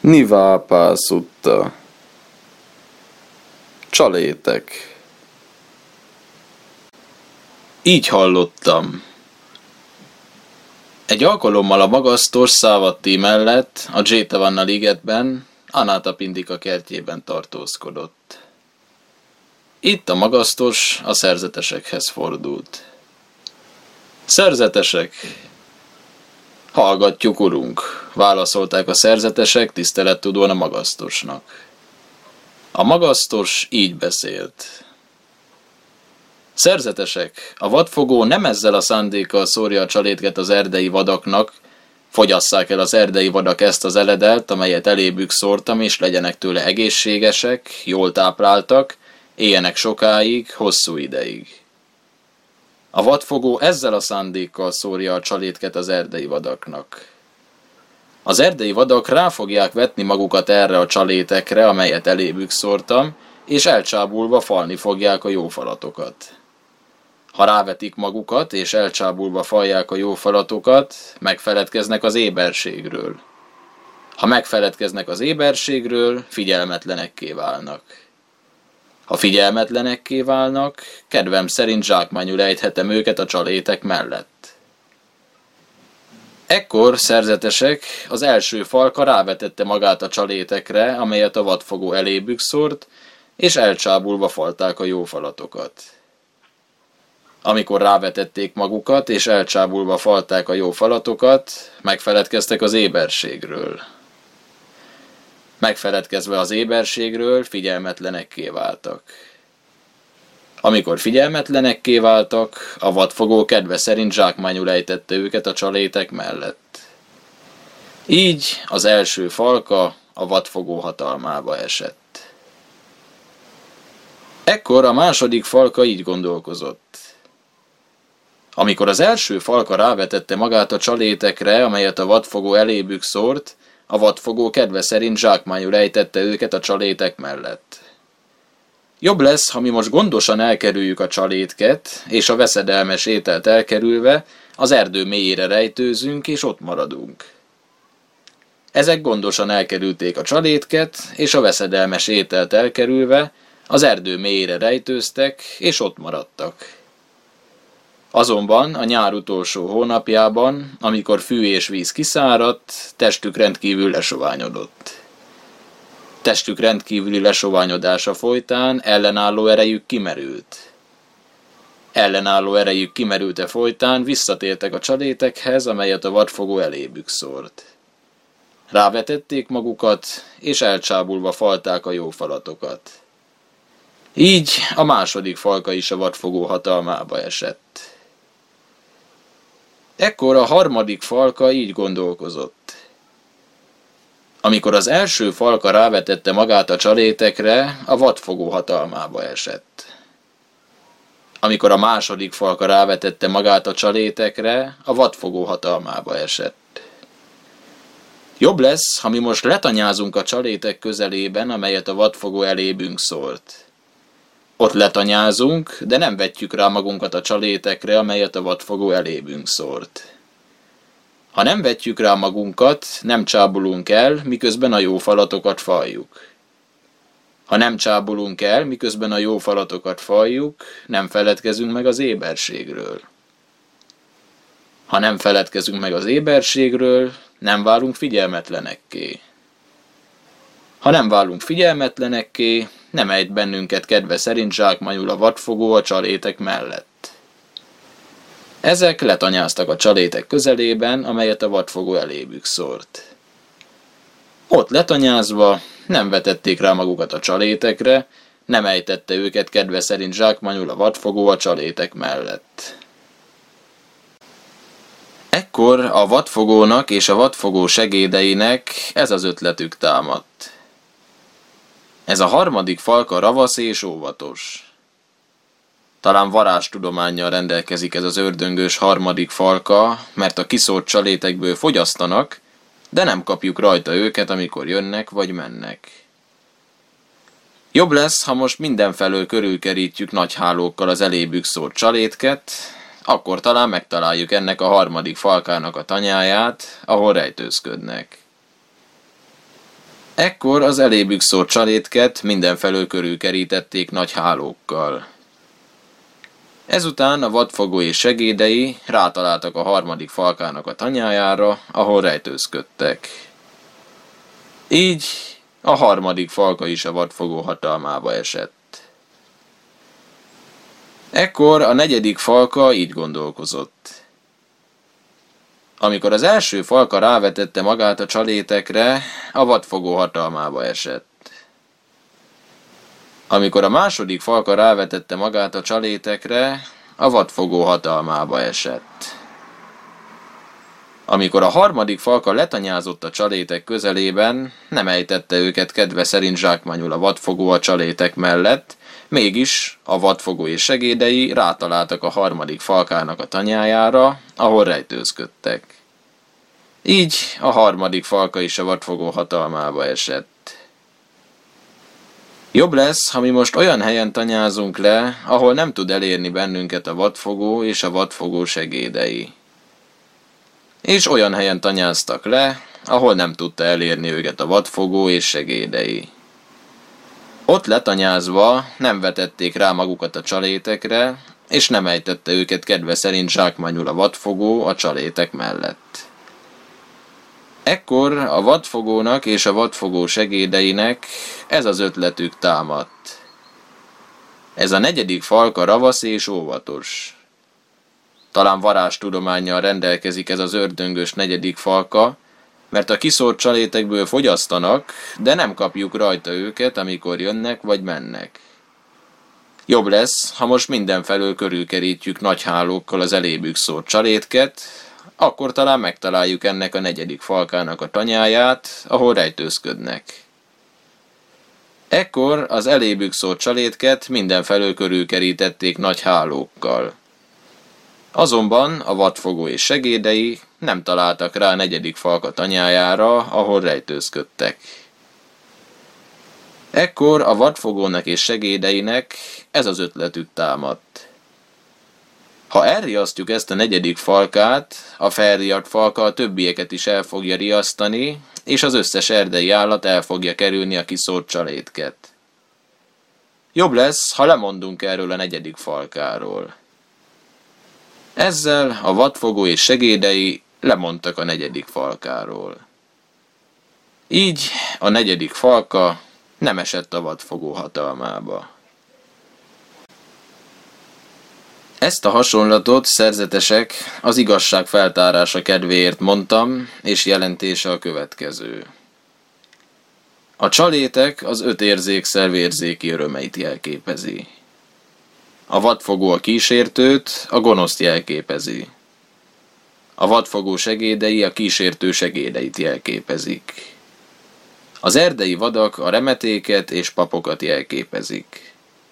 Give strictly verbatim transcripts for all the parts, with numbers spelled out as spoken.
Nivápászutta. Csalétek. Így hallottam. Egy alkalommal a magasztos Szávatti mellett, a Jétavanna ligetben, Anátapindika kertjében tartózkodott. Itt a magasztos a szerzetesekhez fordult. Szerzetesek! Hallgatjuk, urunk, válaszolták a szerzetesek tisztelettudóan a magasztosnak. A magasztos így beszélt. Szerzetesek, a vadfogó nem ezzel a szándékkal szórja a csalétket az erdei vadaknak, fogyasszák el az erdei vadak ezt az eledelt, amelyet elébük szórtam, és legyenek tőle egészségesek, jól tápláltak, éljenek sokáig, hosszú ideig. A vadfogó ezzel a szándékkal szórja a csalétket az erdei vadaknak. Az erdei vadak rá fogják vetni magukat erre a csalétekre, amelyet elébük szórtam, és elcsábulva falni fogják a jó falatokat. Ha rávetik magukat, és elcsábulva falják a jó falatokat, megfeledkeznek az éberségről. Ha megfeledkeznek az éberségről, figyelmetlenekké válnak. Ha figyelmetlenekké válnak, kedvem szerint zsákmányul ejthetem őket a csalétek mellett. Ekkor, szerzetesek, az első falka rávetette magát a csalétekre, amelyet a vadfogó elébük szórt, és elcsábulva falták a jó falatokat. Amikor rávetették magukat, és elcsábulva falták a jó falatokat, megfeledkeztek az éberségről. Megfeledkezve az éberségről, figyelmetlenekké váltak. Amikor figyelmetlenekké váltak, a vadfogó kedve szerint zsákmányul ejtette őket a csalétek mellett. Így az első falka a vadfogó hatalmába esett. Ekkor a második falka így gondolkozott. Amikor az első falka rávetette magát a csalétekre, amelyet a vadfogó elébük szórt, a vadfogó kedve szerint zsákmányul ejtette őket a csalétek mellett. Jobb lesz, ha mi most gondosan elkerüljük a csalétket, és a veszedelmes ételt elkerülve az erdő mélyére rejtőzünk, és ott maradunk. Ezek gondosan elkerülték a csalétket, és a veszedelmes ételt elkerülve az erdő mélyére rejtőztek, és ott maradtak. Azonban a nyár utolsó hónapjában, amikor fű és víz kiszáradt, testük rendkívül lesoványodott. Testük rendkívüli lesoványodása folytán ellenálló erejük kimerült. Ellenálló erejük kimerülte folytán visszatértek a csalétekhez, amelyet a vadfogó elébük szórt. Rávetették magukat, és elcsábulva falták a jó falatokat. Így a második falka is a vadfogó hatalmába esett. Ekkor a harmadik falka így gondolkozott. Amikor az első falka rávetette magát a csalétekre, a vadfogó hatalmába esett. Amikor a második falka rávetette magát a csalétekre, a vadfogó hatalmába esett. Jobb lesz, ha mi most letanyázunk a csalétek közelében, amelyet a vadfogó elébünk szórt. Ott letanyázunk, de nem vetjük rá magunkat a csalétekre, amelyet a vadfogó elébünk szórt. Ha nem vetjük rá magunkat, nem csábulunk el, miközben a jó falatokat faljuk. Ha nem csábulunk el, miközben a jó falatokat faljuk, nem feledkezünk meg az éberségről. Ha nem feledkezünk meg az éberségről, nem válunk figyelmetlenekké. Ha nem válunk figyelmetlenekké, nem ejt bennünket kedve szerint zsákmányul a vadfogó a csalétek mellett. Ezek letanyáztak a csalétek közelében, amelyet a vadfogó elébük szórt. Ott letanyázva nem vetették rá magukat a csalétekre, nem ejtette őket kedve szerint zsákmányul a vadfogó a csalétek mellett. Ekkor a vadfogónak és a vadfogó segédeinek ez az ötletük támadt. Ez a harmadik falka ravasz és óvatos. Talán varázstudománnyal rendelkezik ez az ördöngős harmadik falka, mert a kiszórt csalétekből fogyasztanak, de nem kapjuk rajta őket, amikor jönnek vagy mennek. Jobb lesz, ha most mindenfelől körülkerítjük nagy hálókkal az elébük szórt csalétket, akkor talán megtaláljuk ennek a harmadik falkának a tanyáját, ahol rejtőzködnek. Ekkor az elébük szórt csalétket mindenfelől körülkerítették nagy hálókkal. Ezután a vadfogó és segédei rátaláltak a harmadik falkának a tanyájára, ahol rejtőzködtek. Így a harmadik falka is a vadfogó hatalmába esett. Ekkor a negyedik falka így gondolkozott. Amikor az első falka rávetette magát a csalétekre, a vadfogó hatalmába esett. Amikor a második falka rávetette magát a csalétekre, a vadfogó hatalmába esett. Amikor a harmadik falka letanyázott a csalétek közelében, nem ejtette őket kedve szerint zsákmányul a vadfogó a csalétek mellett, mégis a vadfogó és segédei rátaláltak a harmadik falkának a tanyájára, ahol rejtőzködtek. Így a harmadik falka is a vadfogó hatalmába esett. Jobb lesz, ha mi most olyan helyen tanyázunk le, ahol nem tud elérni bennünket a vadfogó és a vadfogó segédei. És olyan helyen tanyáztak le, ahol nem tudta elérni őket a vadfogó és segédei. Ott letanyázva nem vetették rá magukat a csalétekre, és nem ejtette őket kedve szerint zsákmányul a vadfogó a csalétek mellett. Ekkor a vadfogónak és a vadfogó segédeinek ez az ötletük támadt. Ez a negyedik falka ravasz és óvatos. Talán varázstudománnyal rendelkezik ez az ördöngös negyedik falka, mert a kiszórt csalétekből fogyasztanak, de nem kapjuk rajta őket, amikor jönnek vagy mennek. Jobb lesz, ha most mindenfelől körülkerítjük nagy hálókkal az elébük szórt csalétket, akkor talán megtaláljuk ennek a negyedik falkának a tanyáját, ahol rejtőzködnek. Ekkor az elébük szórt csalétket mindenfelől körülkerítették nagy hálókkal. Azonban a vadfogó és segédei nem találtak rá a negyedik falka tanyájára, ahol rejtőzködtek. Ekkor a vadfogónak és segédeinek ez az ötletük támadt. Ha elriasztjuk ezt a negyedik falkát, a felriadt falka a többieket is el fogja riasztani, és az összes erdei állat el fogja kerülni a kiszórt csalétket. Jobb lesz, ha lemondunk erről a negyedik falkáról. Ezzel a vadfogó és segédei lemondtak a negyedik falkáról. Így a negyedik falka nem esett a vadfogó hatalmába. Ezt a hasonlatot, szerzetesek, az igazság feltárása kedvéért mondtam, és jelentése a következő. A csalétek az öt érzékszerv érzéki örömeit jelképezi. A vadfogó a kísértőt, a gonoszt jelképezi. A vadfogó segédei a kísértő segédeit jelképezik. Az erdei vadak a remetéket és papokat jelképezik.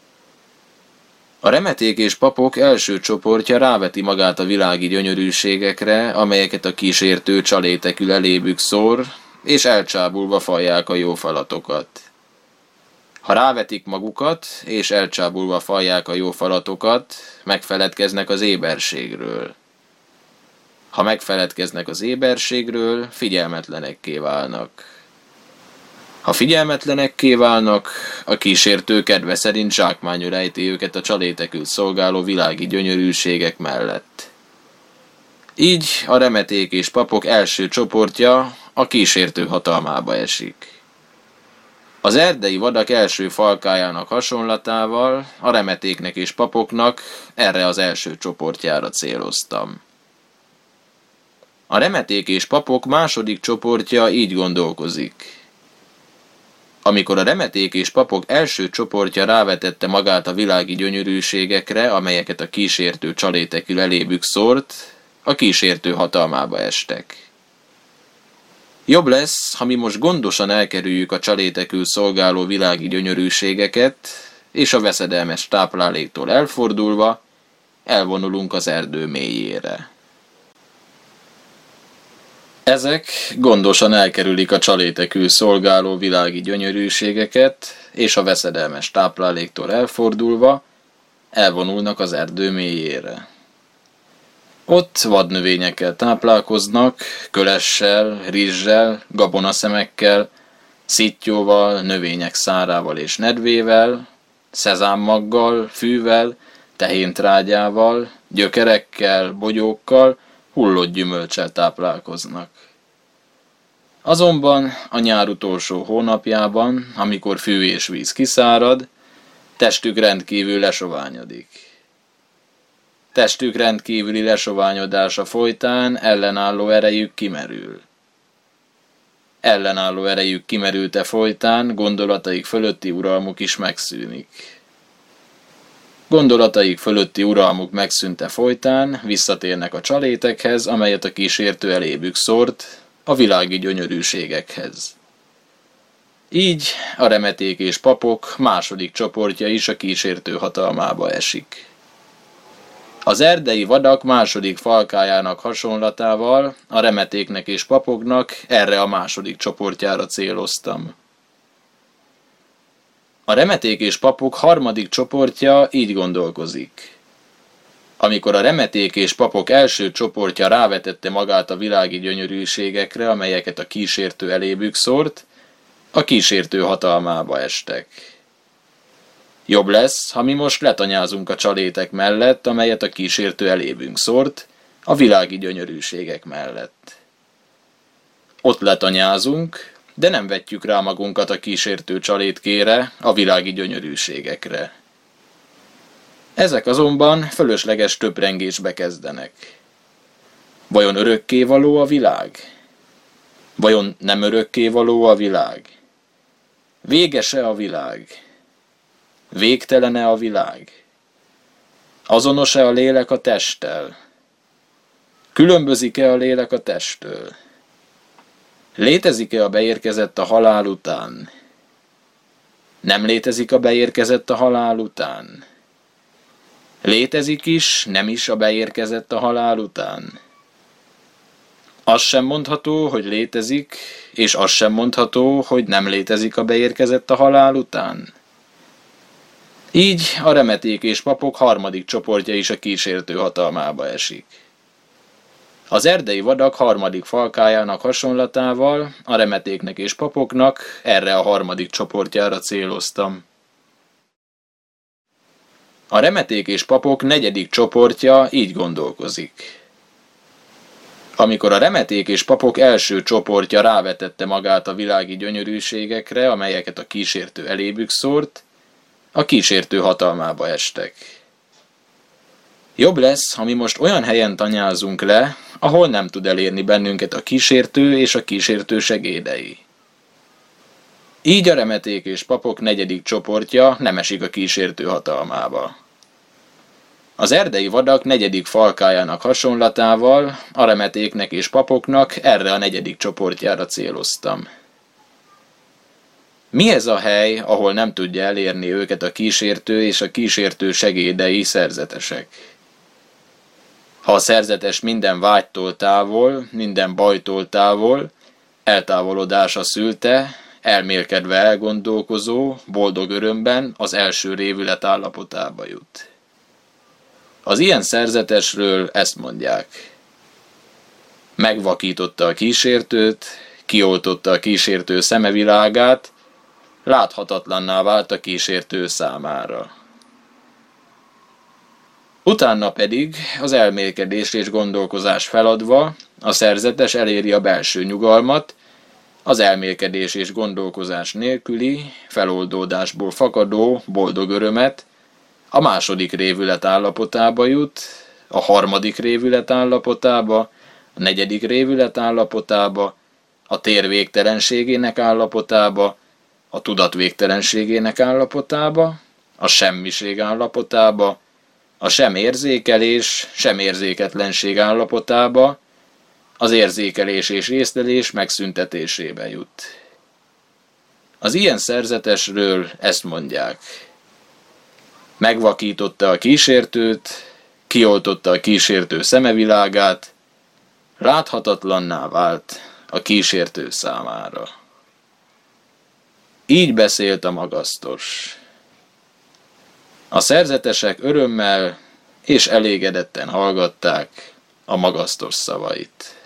A remeték és papok első csoportja ráveti magát a világi gyönyörűségekre, amelyeket a kísértő csalétekül elébük szór, és elcsábulva fajják a jó falatokat. Ha rávetik magukat, és elcsábulva fajják a jó falatokat, megfeledkeznek az éberségről. Ha megfeledkeznek az éberségről, figyelmetlenekké válnak. Ha figyelmetlenekké válnak, a kísértő kedve szerint zsákmányul ejti őket a csalétekül szolgáló világi gyönyörűségek mellett. Így a remeték és papok első csoportja a kísértő hatalmába esik. Az erdei vadak első falkájának hasonlatával a remetéknek és papoknak erre az első csoportjára céloztam. A remeték és papok második csoportja így gondolkozik. Amikor a remeték és papok első csoportja rávetette magát a világi gyönyörűségekre, amelyeket a kísértő csalétekül elébük szórt, a kísértő hatalmába estek. Jobb lesz, ha mi most gondosan elkerüljük a csalétekül szolgáló világi gyönyörűségeket, és a veszedelmes tápláléktól elfordulva elvonulunk az erdő mélyére. Ezek gondosan elkerülik a csalétekül szolgáló világi gyönyörűségeket, és a veszedelmes tápláléktól elfordulva elvonulnak az erdő mélyére. Ott vadnövényekkel táplálkoznak, kölessel, rizssel, gabonaszemekkel, szittyóval, növények szárával és nedvével, szezámmaggal, fűvel, tehéntrágyával, gyökerekkel, bogyókkal, hullott gyümölccsel táplálkoznak. Azonban a nyár utolsó hónapjában, amikor fű és víz kiszárad, testük rendkívül lesoványodik. Testük rendkívüli lesoványodása folytán ellenálló erejük kimerül. Ellenálló erejük kimerülte folytán gondolataik fölötti uralmuk is megszűnik. Gondolataik fölötti uralmuk megszűnte folytán visszatérnek a csalétekhez, amelyet a kísértő elébük szórt, a világi gyönyörűségekhez. Így a remeték és papok második csoportja is a kísértő hatalmába esik. Az erdei vadak második falkájának hasonlatával a remetéknek és papoknak erre a második csoportjára céloztam. A remeték és papok harmadik csoportja így gondolkozik. Amikor a remeték és papok első csoportja rávetette magát a világi gyönyörűségekre, amelyeket a kísértő elébük szórt, a kísértő hatalmába estek. Jobb lesz, ha mi most letanyázunk a csalétek mellett, amelyet a kísértő elébünk szórt, a világi gyönyörűségek mellett. Ott letanyázunk, de nem vetjük rá magunkat a kísértő csalétkére, a világi gyönyörűségekre. Ezek azonban fölösleges töprengésbe kezdenek. Vajon örökkévaló a világ? Vajon nem örökkévaló a világ? Véges-e a világ? Végtelene a világ? Azonos-e a lélek a testtel? Különbözik-e a lélek a testtől? Létezik-e a beérkezett a halál után? Nem létezik a beérkezett a halál után? Létezik is, nem is a beérkezett a halál után? Az sem mondható, hogy létezik, és az sem mondható, hogy nem létezik a beérkezett a halál után? Így a remeték és papok harmadik csoportja is a kísértő hatalmába esik. Az erdei vadak harmadik falkájának hasonlatával a remetéknek és papoknak erre a harmadik csoportjára céloztam. A remeték és papok negyedik csoportja így gondolkozik. Amikor a remeték és papok első csoportja rávetette magát a világi gyönyörűségekre, amelyeket a kísértő elébük szórt, a kísértő hatalmába estek. Jobb lesz, ha mi most olyan helyen tanyázunk le, ahol nem tud elérni bennünket a kísértő és a kísértő segédei. Így a remeték és papok negyedik csoportja nem esik a kísértő hatalmába. Az erdei vadak negyedik falkájának hasonlatával a remetéknek és papoknak erre a negyedik csoportjára céloztam. Mi ez a hely, ahol nem tudja elérni őket a kísértő és a kísértő segédei szerzetesek? Ha a szerzetes minden vágytól távol, minden bajtól távol, eltávolodása szülte, elmélkedve elgondolkozó, boldog örömben az első révület állapotába jut. Az ilyen szerzetesről ezt mondják. Megvakította a kísértőt, kioltotta a kísértő szemevilágát, láthatatlanná vált a kísértő számára. Utána pedig az elmélkedés és gondolkozás feladva a szerzetes eléri a belső nyugalmat, az elmélkedés és gondolkozás nélküli, feloldódásból fakadó boldog örömet, a második révület állapotába jut, a harmadik révület állapotába, a negyedik révület állapotába, a tér végtelenségének állapotába, a tudat végtelenségének állapotába, a semmiség állapotába, a sem érzékelés, sem érzéketlenség állapotába, az érzékelés és észlelés megszüntetésébe jut. Az ilyen szerzetesről ezt mondják. Megvakította a kísértőt, kioltotta a kísértő szemevilágát, láthatatlanná vált a kísértő számára. Így beszélt a magasztos. A szerzetesek örömmel és elégedetten hallgatták a magasztos szavait.